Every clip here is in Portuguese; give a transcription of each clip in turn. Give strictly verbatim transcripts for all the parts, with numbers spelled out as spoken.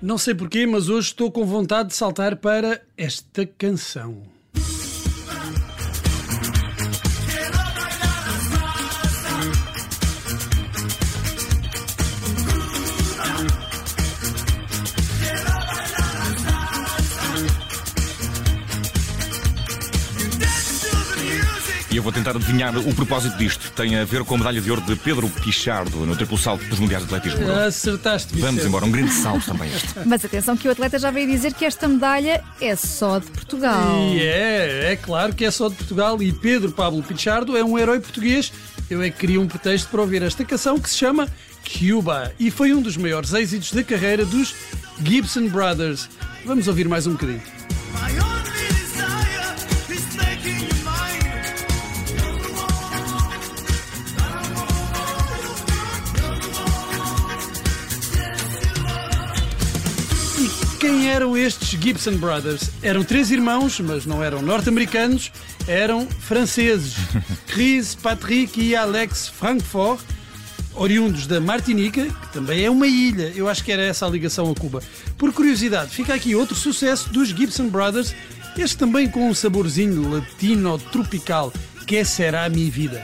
Não sei porquê, mas hoje estou com vontade de saltar para esta canção. E eu vou tentar adivinhar o propósito disto. Tem a ver com a medalha de ouro de Pedro Pichardo no triplo salto dos Mundiais de Atletismo. Acertaste, Vicente. Vamos embora, um grande salto também este. Mas atenção que o atleta já veio dizer que esta medalha é só de Portugal. E é, é claro que é só de Portugal. E Pedro Pablo Pichardo é um herói português. Eu é que queria um pretexto para ouvir esta canção que se chama Cuba. E foi um dos maiores êxitos da carreira dos Gibson Brothers. Vamos ouvir mais um bocadinho. Quem eram estes Gibson Brothers? Eram três irmãos, mas não eram norte-americanos, eram franceses. Chris, Patrick e Alex Francfort, oriundos da Martinica, que também é uma ilha. Eu acho que era essa a ligação a Cuba. Por curiosidade, fica aqui outro sucesso dos Gibson Brothers, este também com um saborzinho latino-tropical. Que será minha vida?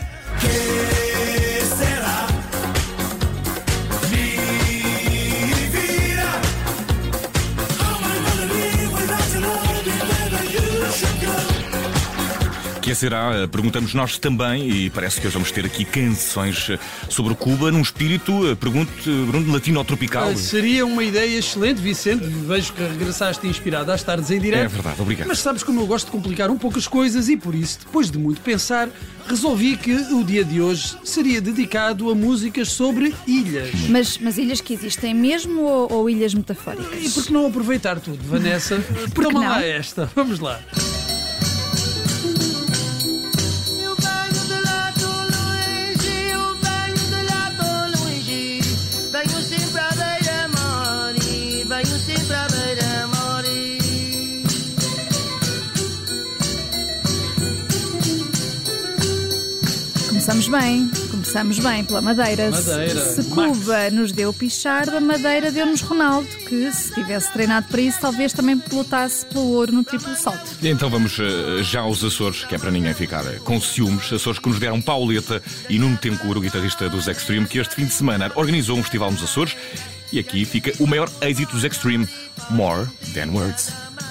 Que será? Perguntamos nós também, e parece que hoje vamos ter aqui canções sobre Cuba, num espírito, pergunto, Bruno, latino-tropical. Seria uma ideia excelente, Vicente. Vejo que regressaste inspirado às tardes em direto. É verdade, obrigado. Mas sabes como eu gosto de complicar um pouco as coisas e por isso, depois de muito pensar, resolvi que o dia de hoje seria dedicado a músicas sobre ilhas. Mas, mas ilhas que existem mesmo ou, ou ilhas metafóricas? E por que não aproveitar tudo, Vanessa? Por que Toma não? lá esta, vamos lá. Começamos bem, começamos bem pela Madeira. Madeira, Se, se Max. Cuba nos deu Pichardo, a Madeira deu-nos Ronaldo, que se tivesse treinado para isso, talvez também lutasse pelo ouro no triplo salto. Então vamos uh, já aos Açores, que é para ninguém ficar uh, com ciúmes. Açores que nos deram Pauleta e Nuno Tencourt, o guitarrista dos Extreme, que este fim de semana organizou um festival nos Açores. E aqui fica o maior êxito dos Extreme, More Than Words.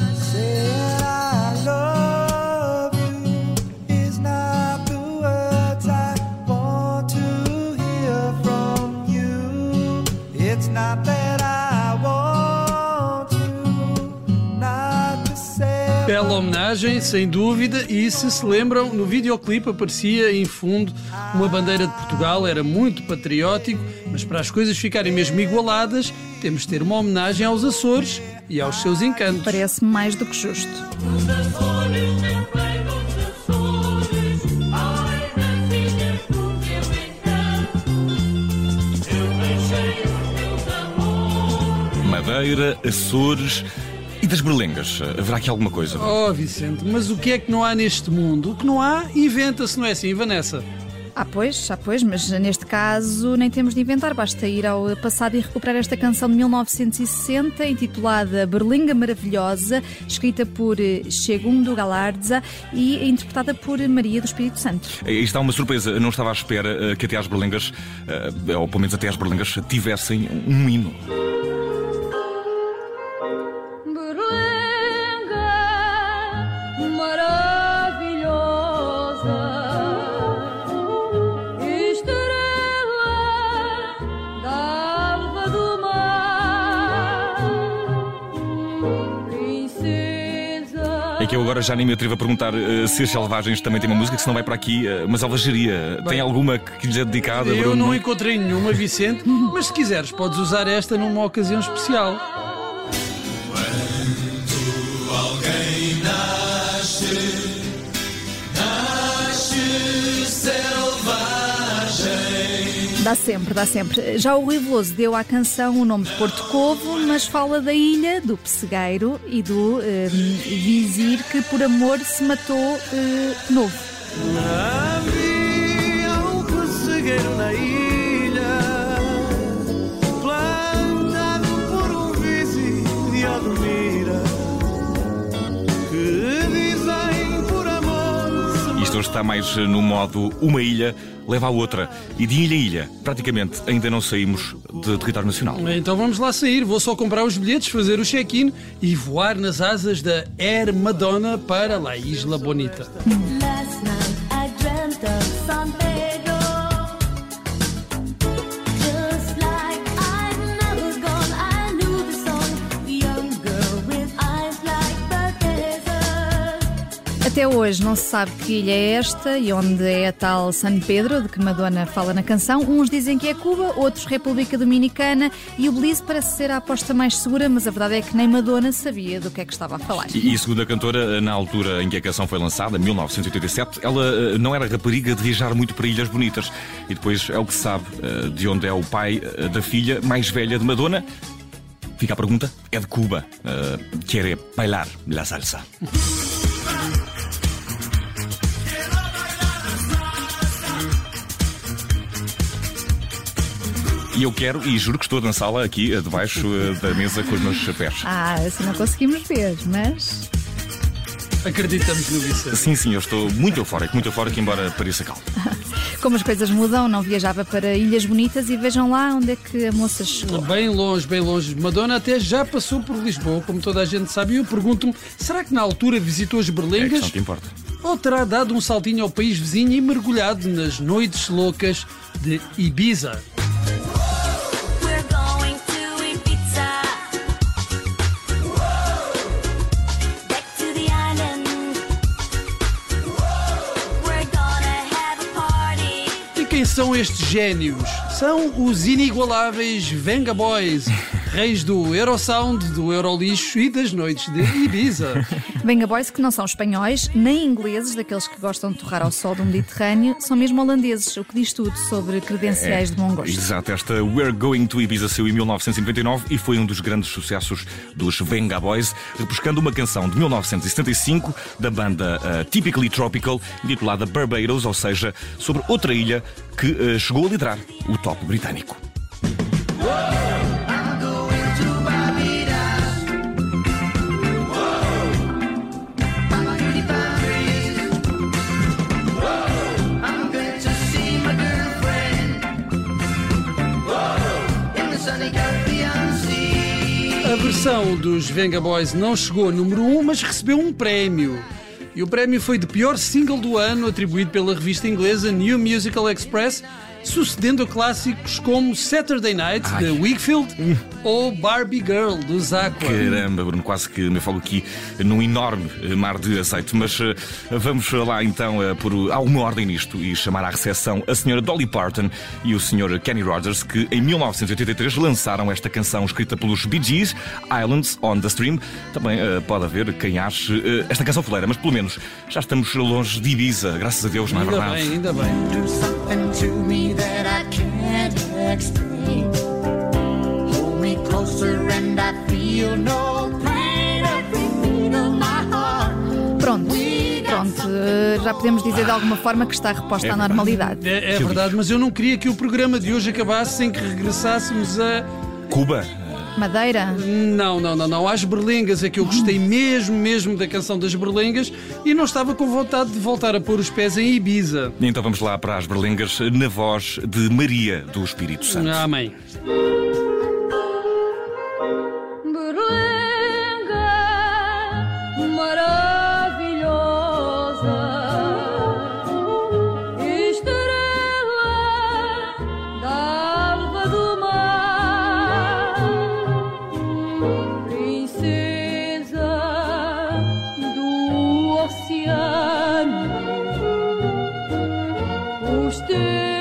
Bela homenagem, sem dúvida, e se se lembram, no videoclipe aparecia em fundo uma bandeira de Portugal, era muito patriótico, mas para as coisas ficarem mesmo igualadas, temos de ter uma homenagem aos Açores e aos seus encantos. Parece-me mais do que justo. Madeira, Açores e das berlengas. Haverá aqui alguma coisa? Oh, Vicente, mas o que é que não há neste mundo? O que não há, inventa-se, não é assim, Vanessa? Ah, pois, ah, pois, mas neste caso nem temos de inventar, basta ir ao passado e recuperar esta canção de mil novecentos e sessenta, intitulada Berlinga Maravilhosa, escrita por Segundo Galarza e interpretada por Maria do Espírito Santo. Isto é uma surpresa. Eu não estava à espera que até às berlengas, ou pelo menos até às berlengas, tivessem um hino. É que eu agora já nem me atrevo a perguntar uh, se as selvagens também têm uma música, que se não vai para aqui, uh, mas alvageria. Bem, tem alguma que lhes é dedicada? Eu Bruno? não encontrei nenhuma, Vicente, mas se quiseres podes usar esta numa ocasião especial. Quando alguém nasce, nasce selvagem. Dá sempre, dá sempre. Já o Rui Veloso deu à canção o nome de Porto Covo, mas fala da ilha, do pessegueiro e do eh, vizir que por amor se matou eh, novo. Havia um pessegueiro na ilha, plantado por um vizir está mais no modo uma ilha leva a outra. E de ilha a ilha, praticamente ainda não saímos de território nacional. Então vamos lá sair. Vou só comprar os bilhetes, fazer o check-in e voar nas asas da Air Madonna para La Isla Bonita. Last night I dreamt of San Pedro, just like I'd never gone. I knew the song, young girl with eyes like the desert. Até hoje não se sabe que ilha é esta e onde é a tal San Pedro, de que Madonna fala na canção. Uns dizem que é Cuba, outros República Dominicana, e o Belize parece ser a aposta mais segura, mas a verdade é que nem Madonna sabia do que é que estava a falar. E, e segundo a cantora, na altura em que a canção foi lançada, em mil novecentos e oitenta e sete, ela uh, não era rapariga de viajar muito para ilhas bonitas. E depois é o que se sabe uh, de onde é o pai uh, da filha mais velha de Madonna. Fica a pergunta, é de Cuba. Uh, quer bailar la salsa. E eu quero, e juro que estou a dançá-la aqui debaixo da mesa com os meus pés. Ah, assim não conseguimos ver, mas... Acreditamos no Vicente. Sim, sim, eu estou muito eufórico, muito eufórico, embora pareça calmo. Como as coisas mudam, não viajava para Ilhas Bonitas e vejam lá onde é que a moça chegou. Bem longe, bem longe. Madonna até já passou por Lisboa, como toda a gente sabe. E eu pergunto-me, será que na altura visitou as É a Berlengas? questão que importa. Ou terá dado um saltinho ao país vizinho e mergulhado nas noites loucas de Ibiza? We're going to Ibiza, back to the island. We're gonna have a party. E quem são estes génios? São os inigualáveis Venga Boys, reis do Eurosound, do Eurolixo e das noites de Ibiza. Venga Boys, que não são espanhóis, nem ingleses, daqueles que gostam de torrar ao sol do Mediterrâneo, são mesmo holandeses, o que diz tudo sobre credenciais de bom gosto. Exato, esta We're Going to Ibiza saiu em mil novecentos e noventa e nove e foi um dos grandes sucessos dos Venga Boys, repescando uma canção de mil novecentos e setenta e cinco da banda uh, Typically Tropical, intitulada Barbados, ou seja, sobre outra ilha que uh, chegou a liderar o top britânico. A versão dos Venga Boys não chegou a número um, mas recebeu um prémio. E o prémio foi de pior single do ano, atribuído pela revista inglesa New Musical Express, sucedendo a clássicos como Saturday Night, de Wakefield, ou Barbie Girl, dos Aqua. Caramba, Bruno, quase que me falo aqui num enorme mar de azeite. Mas uh, vamos lá então uh, por há uma ordem nisto e chamar à recepção a senhora Dolly Parton e o senhor Kenny Rogers, que em mil novecentos e oitenta e três lançaram esta canção escrita pelos Bee Gees, Islands on the Stream. Também uh, pode haver quem ache uh, esta canção foleira, mas pelo menos já estamos longe de Ibiza, graças a Deus, não é Ainda verdade? bem, ainda bem. Do something to me that I can't explain. Hold me closer and I feel no pain. Every beat of my heart. Pronto, pronto, eh, já podemos dizer de alguma forma que está reposta à normalidade. É, é verdade, mas eu não queria que o programa de hoje acabasse sem que regressássemos a... Cuba. Madeira? Não, não, não, não. Às Berlengas é que eu gostei mesmo, mesmo da canção das Berlengas e não estava com vontade de voltar a pôr os pés em Ibiza. Então vamos lá para as Berlengas na voz de Maria do Espírito Santo. Amém. Berlenga, maravilhosa, estrela d'alva do mar, princesa do oceano, os teus